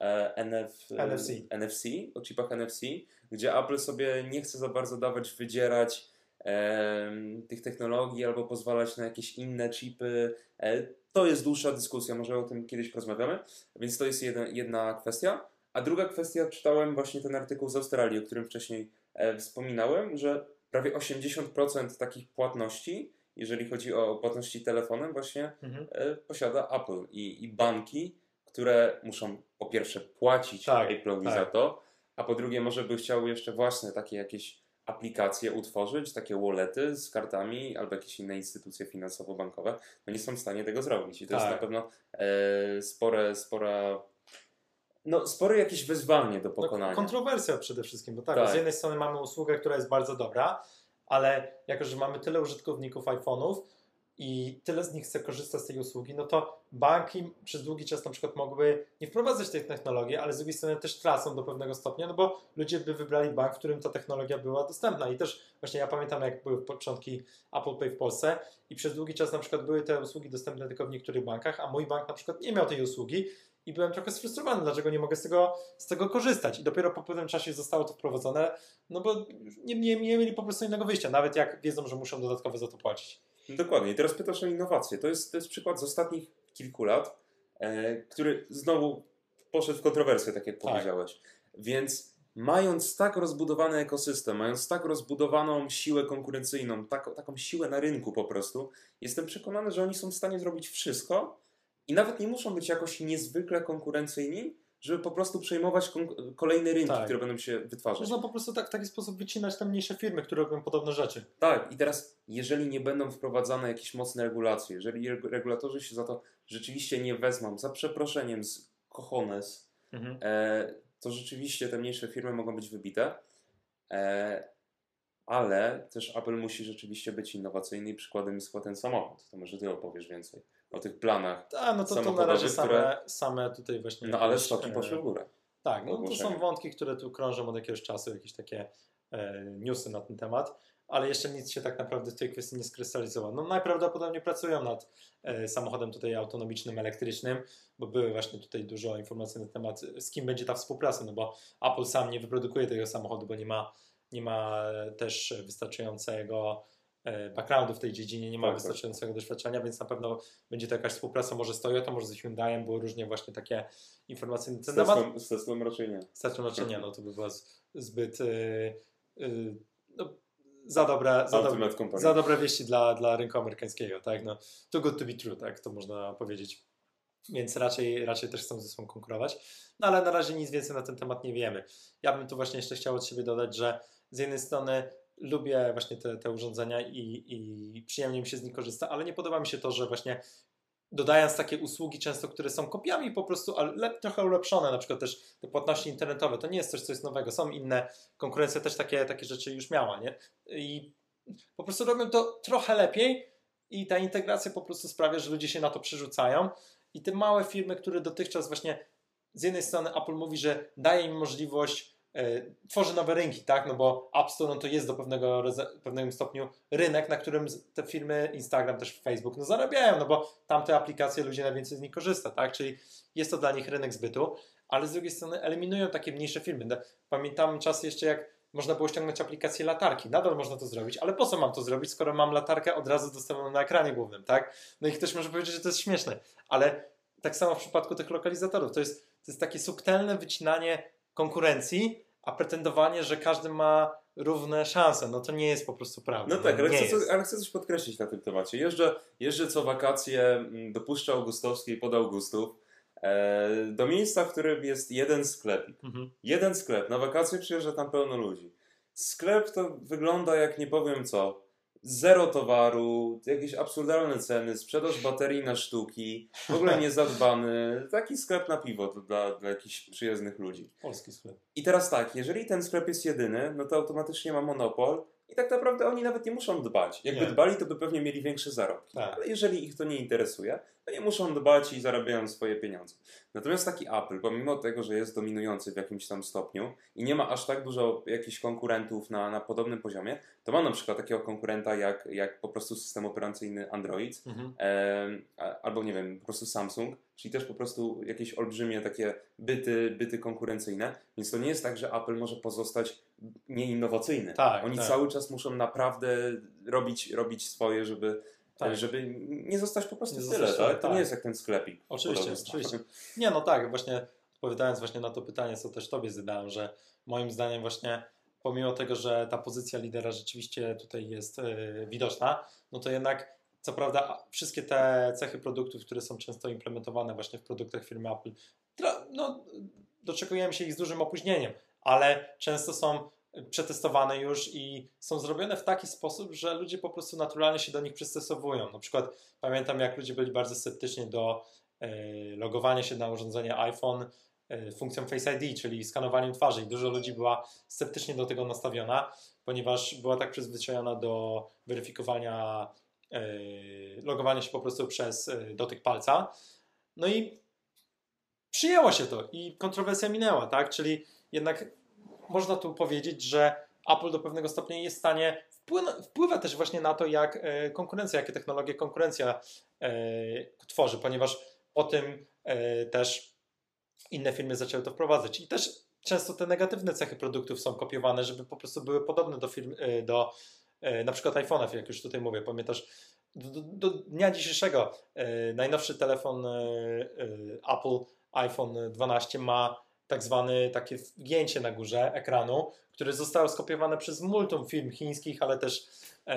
NFC, o chipach NFC, gdzie Apple sobie nie chce za bardzo wydzierać tych technologii albo pozwalać na jakieś inne chipy. To jest dłuższa dyskusja, może o tym kiedyś porozmawiamy, więc to jest jedna kwestia. A druga kwestia, czytałem właśnie ten artykuł z Australii, o którym wcześniej wspominałem, że prawie 80% takich płatności jeżeli chodzi o płatności telefonem, właśnie Mhm. posiada Apple i banki, które muszą po pierwsze płacić Tak, Apple'owi za tak. to, a po drugie może by chciał jeszcze własne takie jakieś aplikacje utworzyć, takie wallety z kartami albo jakieś inne instytucje finansowo-bankowe, no nie są w stanie tego zrobić. I to jest Tak. na pewno spore jakieś wyzwanie do pokonania. Kontrowersja przede wszystkim, bo Tak. z jednej strony mamy usługę, która jest bardzo dobra, ale jako, że mamy tyle użytkowników iPhone'ów i tyle z nich chce korzystać z tej usługi, no to banki przez długi czas na przykład mogły nie wprowadzać tej technologii, ale z drugiej strony też tracą do pewnego stopnia, no bo ludzie by wybrali bank, w którym ta technologia była dostępna. I też właśnie ja pamiętam, jak były początki Apple Pay w Polsce i przez długi czas na przykład były te usługi dostępne tylko w niektórych bankach, a mój bank na przykład nie miał tej usługi i byłem trochę sfrustrowany, dlaczego nie mogę z tego korzystać. I dopiero po pewnym czasie zostało to wprowadzone, no bo nie mieli po prostu innego wyjścia, nawet jak wiedzą, że muszą dodatkowo za to płacić. Dokładnie. I teraz pytasz o innowacje. To jest przykład z ostatnich kilku lat, który znowu poszedł w kontrowersję, tak jak powiedziałeś. Więc mając tak rozbudowany ekosystem, mając tak rozbudowaną siłę konkurencyjną, taką siłę na rynku po prostu, jestem przekonany, że oni są w stanie zrobić wszystko i nawet nie muszą być jakoś niezwykle konkurencyjni, żeby po prostu przejmować kolejne rynki, które będą się wytwarzać. Można po prostu w taki sposób wycinać te mniejsze firmy, które robią podobne rzeczy. Tak, i teraz jeżeli nie będą wprowadzane jakieś mocne regulacje, jeżeli regulatorzy się za to rzeczywiście nie wezmą, za przeproszeniem z cojones, to rzeczywiście te mniejsze firmy mogą być wybite, ale też Apple musi rzeczywiście być innowacyjny i przykładem jest chyba ten samochód. To może ty opowiesz więcej o tych planach to na razie same tutaj właśnie... No ale stoki poszły w górę. Tak, no to są wątki, które tu krążą od jakiegoś czasu, jakieś takie newsy na ten temat, ale jeszcze nic się tak naprawdę w tej kwestii nie skrystalizowało. No najprawdopodobniej pracują nad samochodem tutaj autonomicznym, elektrycznym, bo były właśnie tutaj dużo informacji na temat, z kim będzie ta współpraca, no bo Apple sam nie wyprodukuje tego samochodu, bo nie ma też wystarczającego backgroundu w tej dziedzinie, nie ma wystarczającego doświadczenia, więc na pewno będzie to jakaś współpraca może z Toyotą, może z Hyundaiem, było różnie właśnie takie informacje na ten temat. Z Teslą raczej nie. Z Teslą raczej nie, no to by była zbyt za dobre wieści dla rynku amerykańskiego, tak, no too good to be true, tak, to można powiedzieć. Więc raczej też chcą ze sobą konkurować. No ale na razie nic więcej na ten temat nie wiemy. Ja bym tu właśnie jeszcze chciał od siebie dodać, że z jednej strony lubię właśnie te urządzenia i przyjemnie mi się z nich korzysta, ale nie podoba mi się to, że właśnie dodając takie usługi często, które są kopiami po prostu, ale trochę ulepszone, na przykład też te płatności internetowe, to nie jest coś, co jest nowego. Są inne, konkurencja też takie rzeczy już miała, nie? I po prostu robią to trochę lepiej i ta integracja po prostu sprawia, że ludzie się na to przerzucają i te małe firmy, które dotychczas właśnie z jednej strony Apple mówi, że daje im możliwość tworzy nowe rynki, tak? No bo App Store no to jest do pewnego stopniu rynek, na którym te firmy, Instagram, też Facebook, no zarabiają, no bo tamte aplikacje ludzie najwięcej z nich korzysta, tak? Czyli jest to dla nich rynek zbytu, ale z drugiej strony eliminują takie mniejsze firmy. Pamiętam czasy jeszcze, jak można było ściągnąć aplikację latarki. Nadal można to zrobić, ale po co mam to zrobić, skoro mam latarkę od razu dostępną na ekranie głównym, tak? No i ktoś może powiedzieć, że to jest śmieszne, ale tak samo w przypadku tych lokalizatorów. To jest takie subtelne wycinanie konkurencji, a pretendowanie, że każdy ma równe szanse, no to nie jest po prostu prawda. No tak, ale chcę coś podkreślić na tym temacie. Jeżdżę co wakacje do Puszczy Augustowskiej pod Augustów, do miejsca, w którym jest jeden sklepik. Jeden sklep. Na wakacje przyjeżdża tam pełno ludzi. Sklep to wygląda jak nie powiem co. Zero towaru, jakieś absurdalne ceny, sprzedaż baterii na sztuki, w ogóle niezadbany. Taki sklep na piwo dla jakichś przyjezdnych ludzi. Polski sklep. I teraz tak, jeżeli ten sklep jest jedyny, no to automatycznie ma monopol i tak naprawdę oni nawet nie muszą dbać. Jakby dbali, to by pewnie mieli większe zarobki. Tak. Ale jeżeli ich to nie interesuje, to nie muszą dbać i zarabiają swoje pieniądze. Natomiast taki Apple, pomimo tego, że jest dominujący w jakimś tam stopniu i nie ma aż tak dużo jakichś konkurentów na podobnym poziomie, to ma na przykład takiego konkurenta jak po prostu system operacyjny Android, albo nie wiem, po prostu Samsung, czyli też po prostu jakieś olbrzymie takie byty konkurencyjne, więc to nie jest tak, że Apple może pozostać nieinnowacyjny. Oni cały czas muszą naprawdę robić swoje, żeby nie zostać po prostu tyle, tak? To nie jest jak ten sklepik. Oczywiście. Nie, no tak, właśnie odpowiadając właśnie na to pytanie, co też tobie zadałem, że moim zdaniem właśnie pomimo tego, że ta pozycja lidera rzeczywiście tutaj jest widoczna, no to jednak co prawda wszystkie te cechy produktów, które są często implementowane właśnie w produktach firmy Apple, no, doczekujemy się ich z dużym opóźnieniem, ale często są przetestowane już i są zrobione w taki sposób, że ludzie po prostu naturalnie się do nich przystosowują. Na przykład pamiętam, jak ludzie byli bardzo sceptyczni do logowania się na urządzenie iPhone funkcją Face ID, czyli skanowaniem twarzy i dużo ludzi była sceptycznie do tego nastawiona, ponieważ była tak przyzwyczajona do weryfikowania logowania się po prostu przez dotyk palca. No i przyjęło się to i kontrowersja minęła, tak? Czyli jednak można tu powiedzieć, że Apple do pewnego stopnia jest w stanie wpływa też właśnie na to, jak konkurencja, jakie technologie konkurencja tworzy, ponieważ po tym też inne firmy zaczęły to wprowadzać. I też często te negatywne cechy produktów są kopiowane, żeby po prostu były podobne do firm, do na przykład iPhone'ów, jak już tutaj mówię. Pamiętasz, do dnia dzisiejszego najnowszy telefon Apple, iPhone 12 ma tak zwane takie wgięcie na górze ekranu, które zostało skopiowane przez multum firm chińskich, ale też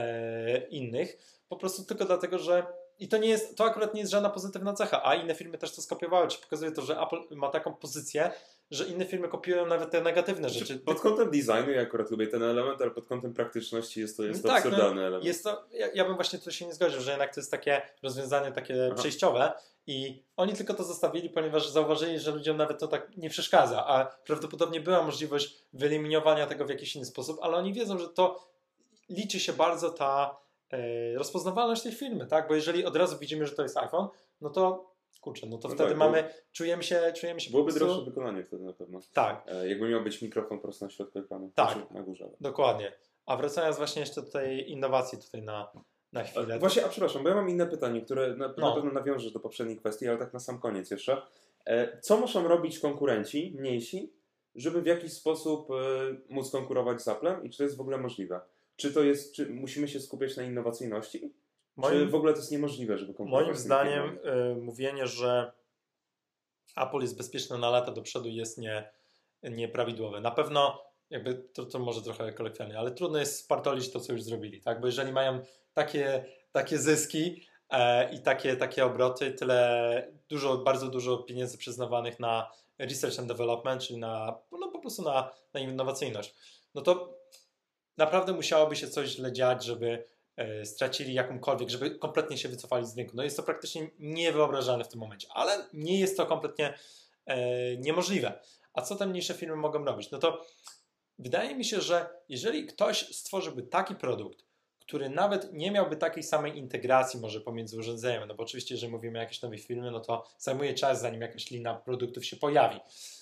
innych. Po prostu tylko dlatego, że i to akurat nie jest żadna pozytywna cecha, a inne firmy też to skopiowały. Czy pokazuje to, że Apple ma taką pozycję, że inne firmy kopiują nawet te negatywne rzeczy. Pod kątem designu ja akurat lubię ten element, ale pod kątem praktyczności jest to absurdalny element. Jest to, ja bym właśnie tu się nie zgodził, że jednak to jest takie rozwiązanie takie przejściowe i oni tylko to zostawili, ponieważ zauważyli, że ludziom nawet to tak nie przeszkadza, a prawdopodobnie była możliwość wyeliminowania tego w jakiś inny sposób, ale oni wiedzą, że to liczy się bardzo ta rozpoznawalność tej firmy, tak? Bo jeżeli od razu widzimy, że to jest iPhone, no to kurczę, no to wtedy tak, czujemy się byłoby po prostu... droższe wykonanie wtedy na pewno. Tak. Jakby miał być mikrofon prosto na środku ekranu. Tak, znaczy na górze. dokładnie. A wracając właśnie jeszcze do tej innowacji tutaj na chwilę. Właśnie, przepraszam, bo ja mam inne pytanie, które na pewno nawiąże do poprzedniej kwestii, ale tak na sam koniec jeszcze. Co muszą robić konkurenci mniejsi, żeby w jakiś sposób móc konkurować z Applem i czy to jest w ogóle możliwe? Czy musimy się skupiać na innowacyjności? Czy w ogóle to jest niemożliwe, żeby konkurować? Moim zdaniem mówienie, że Apple jest bezpieczne na lata do przodu jest nieprawidłowe. Na pewno jakby to może trochę kolokwialnie, ale trudno jest spartolić to, co już zrobili, tak? Bo jeżeli mają takie zyski i takie obroty, bardzo dużo pieniędzy przyznawanych na research and development, czyli po prostu na innowacyjność, no to naprawdę musiałoby się coś źle dziać, żeby stracili jakąkolwiek, żeby kompletnie się wycofali z rynku. No jest to praktycznie niewyobrażalne w tym momencie, ale nie jest to kompletnie niemożliwe. A co te mniejsze firmy mogą robić? No to wydaje mi się, że jeżeli ktoś stworzyłby taki produkt, który nawet nie miałby takiej samej integracji może pomiędzy urządzeniem, no bo oczywiście jeżeli mówimy o jakiejś nowej firmie, no to zajmuje czas, zanim jakaś lina produktów się pojawi.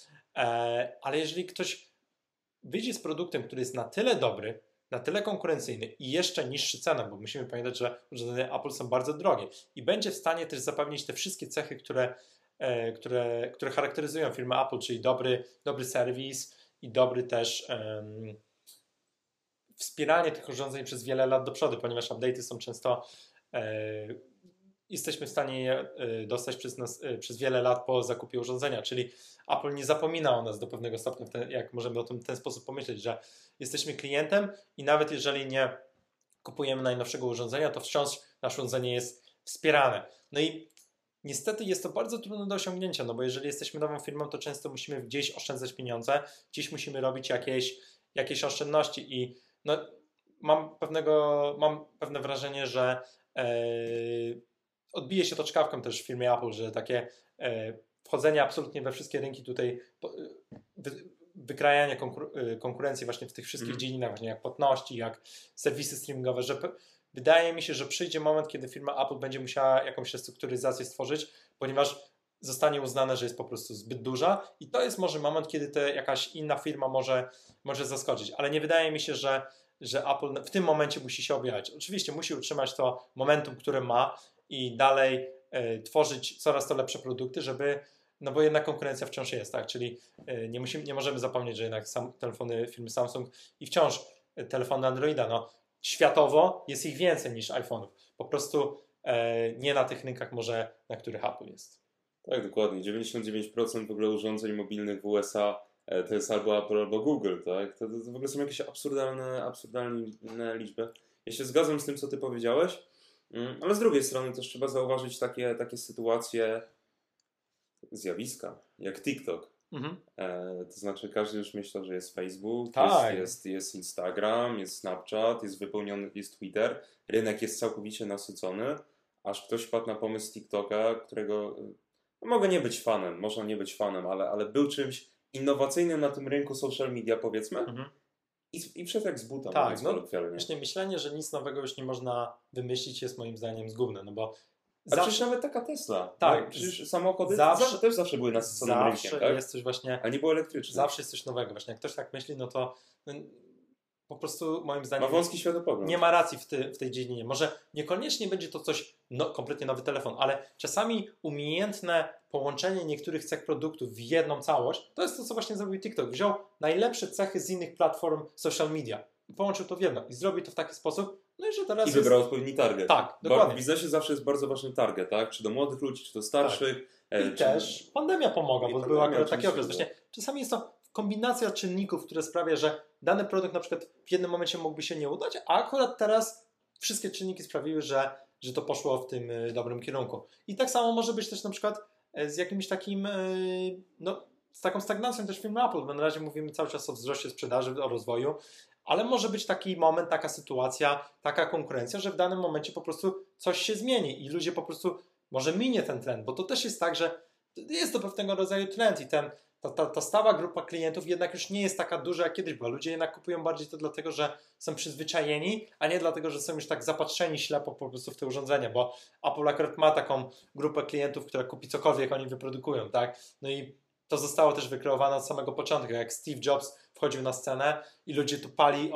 Ale jeżeli ktoś wyjdzie z produktem, który jest na tyle dobry, na tyle konkurencyjny i jeszcze niższy cenę, bo musimy pamiętać, że urządzenia Apple są bardzo drogie i będzie w stanie też zapewnić te wszystkie cechy, które charakteryzują firmę Apple, czyli dobry serwis i dobry też wspieranie tych urządzeń przez wiele lat do przodu, ponieważ update'y są często jesteśmy w stanie je dostać przez wiele lat po zakupie urządzenia, czyli Apple nie zapomina o nas do pewnego stopnia, jak możemy o tym w ten sposób pomyśleć, że jesteśmy klientem i nawet jeżeli nie kupujemy najnowszego urządzenia, to wciąż nasze urządzenie jest wspierane. No i niestety jest to bardzo trudne do osiągnięcia, no bo jeżeli jesteśmy nową firmą, to często musimy gdzieś oszczędzać pieniądze, gdzieś musimy robić jakieś oszczędności i no, mam pewne wrażenie, że odbije się to czkawką też w firmie Apple, że takie wchodzenie absolutnie we wszystkie rynki tutaj, wykrajanie konkurencji właśnie w tych wszystkich dziedzinach, właśnie jak płatności, jak serwisy streamingowe, że wydaje mi się, że przyjdzie moment, kiedy firma Apple będzie musiała jakąś restrukturyzację stworzyć, ponieważ zostanie uznane, że jest po prostu zbyt duża i to jest może moment, kiedy jakaś inna firma może zaskoczyć, ale nie wydaje mi się, że Apple w tym momencie musi się objawia. Oczywiście musi utrzymać to momentum, które ma i dalej tworzyć coraz to lepsze produkty, no bo jednak konkurencja wciąż jest, tak? Czyli nie możemy zapomnieć, że jednak telefony firmy Samsung i wciąż telefony Androida, no światowo jest ich więcej niż iPhone'ów. Po prostu nie na tych rynkach może, na których Apple jest. Tak, dokładnie. 99% w ogóle urządzeń mobilnych w USA to jest albo Apple, albo Google, tak? To w ogóle są jakieś absurdalne liczby. Ja się zgadzam z tym, co ty powiedziałeś, ale z drugiej strony też trzeba zauważyć takie sytuacje, zjawiska, jak TikTok. To znaczy każdy już myślał, że jest Facebook, Tak. jest Instagram, jest Snapchat, jest wypełniony, jest Twitter. Rynek jest całkowicie nasycony, aż ktoś wpadł na pomysł TikToka, którego mogę nie być fanem, można nie być fanem, ale był czymś innowacyjnym na tym rynku social media, powiedzmy. I wszedł jak z buta, tak, kolokwialnie. Właśnie myślenie, że nic nowego już nie można wymyślić, jest moim zdaniem zgubne, no bo przecież nawet taka Tesla. Tak. No, przecież samochody też zawsze były nasyconym rynkiem, tak? Jest coś właśnie, a nie było elektryczne. Zawsze jest coś nowego. Właśnie jak ktoś tak myśli, no to po prostu moim zdaniem ma wąski światopogląd. Nie ma racji w tej dziedzinie. Może niekoniecznie będzie to coś, kompletnie nowy telefon, ale czasami umiejętne połączenie niektórych cech produktów w jedną całość, to jest to, co właśnie zrobił TikTok. Wziął najlepsze cechy z innych platform social media i połączył to w jedno. I zrobił to w taki sposób, no i że teraz wybrał odpowiedni target. Tak, dokładnie. Bo w biznesie zawsze jest bardzo ważny target, tak? Czy do młodych ludzi, czy do starszych. Tak. I też pandemia pomaga, bo był akurat taki okres. Właśnie czasami jest to kombinacja czynników, które sprawia, że dany produkt na przykład w jednym momencie mógłby się nie udać, a akurat teraz wszystkie czynniki sprawiły, że to poszło w tym dobrym kierunku. I tak samo może być też na przykład z jakimś takim, z taką stagnacją też firmy Apple, bo na razie mówimy cały czas o wzroście sprzedaży, o rozwoju, ale może być taki moment, taka sytuacja, taka konkurencja, że w danym momencie po prostu coś się zmieni i ludzie po prostu, może minie ten trend, bo to też jest tak, że jest to pewnego rodzaju trend i ta stała grupa klientów jednak już nie jest taka duża jak kiedyś była. Ludzie jednak kupują bardziej to dlatego, że są przyzwyczajeni, a nie dlatego, że są już tak zapatrzeni ślepo po prostu w te urządzenia, bo Apple akurat ma taką grupę klientów, która kupi cokolwiek oni wyprodukują, tak? No i to zostało też wykreowane od samego początku, jak Steve Jobs wchodził na scenę i ludzie tu pali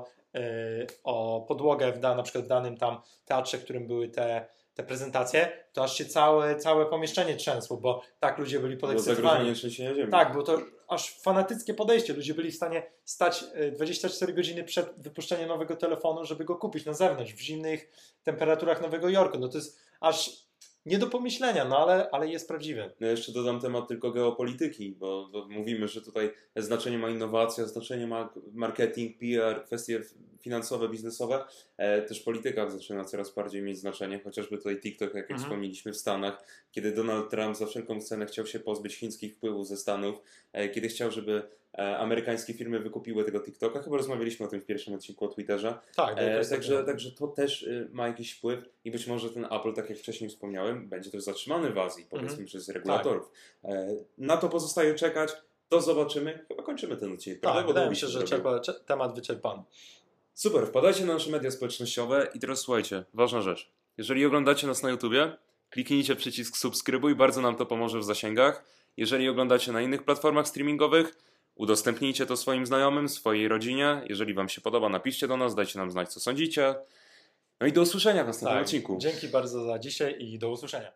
o podłogę na przykład w danym tam teatrze, w którym były te prezentacje, to aż się całe pomieszczenie trzęsło, bo tak ludzie byli podekscytowani. Tak, było to aż fanatyckie podejście. Ludzie byli w stanie stać 24 godziny przed wypuszczeniem nowego telefonu, żeby go kupić na zewnątrz, w zimnych temperaturach Nowego Jorku. No to jest aż nie do pomyślenia, no ale jest prawdziwy. No jeszcze dodam temat tylko geopolityki, bo mówimy, że tutaj znaczenie ma innowacja, znaczenie ma marketing, PR, kwestie finansowe, biznesowe. Też polityka zaczyna coraz bardziej mieć znaczenie, chociażby tutaj TikTok, jak wspomnieliśmy w Stanach, kiedy Donald Trump za wszelką cenę chciał się pozbyć chińskich wpływów ze Stanów, kiedy chciał, żeby amerykańskie firmy wykupiły tego TikToka. Chyba rozmawialiśmy o tym w pierwszym odcinku o Twitterze. Tak, także to też ma jakiś wpływ i być może ten Apple, tak jak wcześniej wspomniałem, będzie też zatrzymany w Azji, powiedzmy przez regulatorów. Tak. Na to pozostaje czekać. To zobaczymy. Chyba kończymy ten odcinek. Tak, wydaje mi się, że temat wyczerpany. Super, wpadajcie na nasze media społecznościowe i teraz słuchajcie, ważna rzecz. Jeżeli oglądacie nas na YouTubie, kliknijcie przycisk subskrybuj, bardzo nam to pomoże w zasięgach. Jeżeli oglądacie na innych platformach streamingowych, udostępnijcie to swoim znajomym, swojej rodzinie. Jeżeli wam się podoba, napiszcie do nas, dajcie nam znać, co sądzicie. No i do usłyszenia w następnym odcinku. Dzięki bardzo za dzisiaj i do usłyszenia.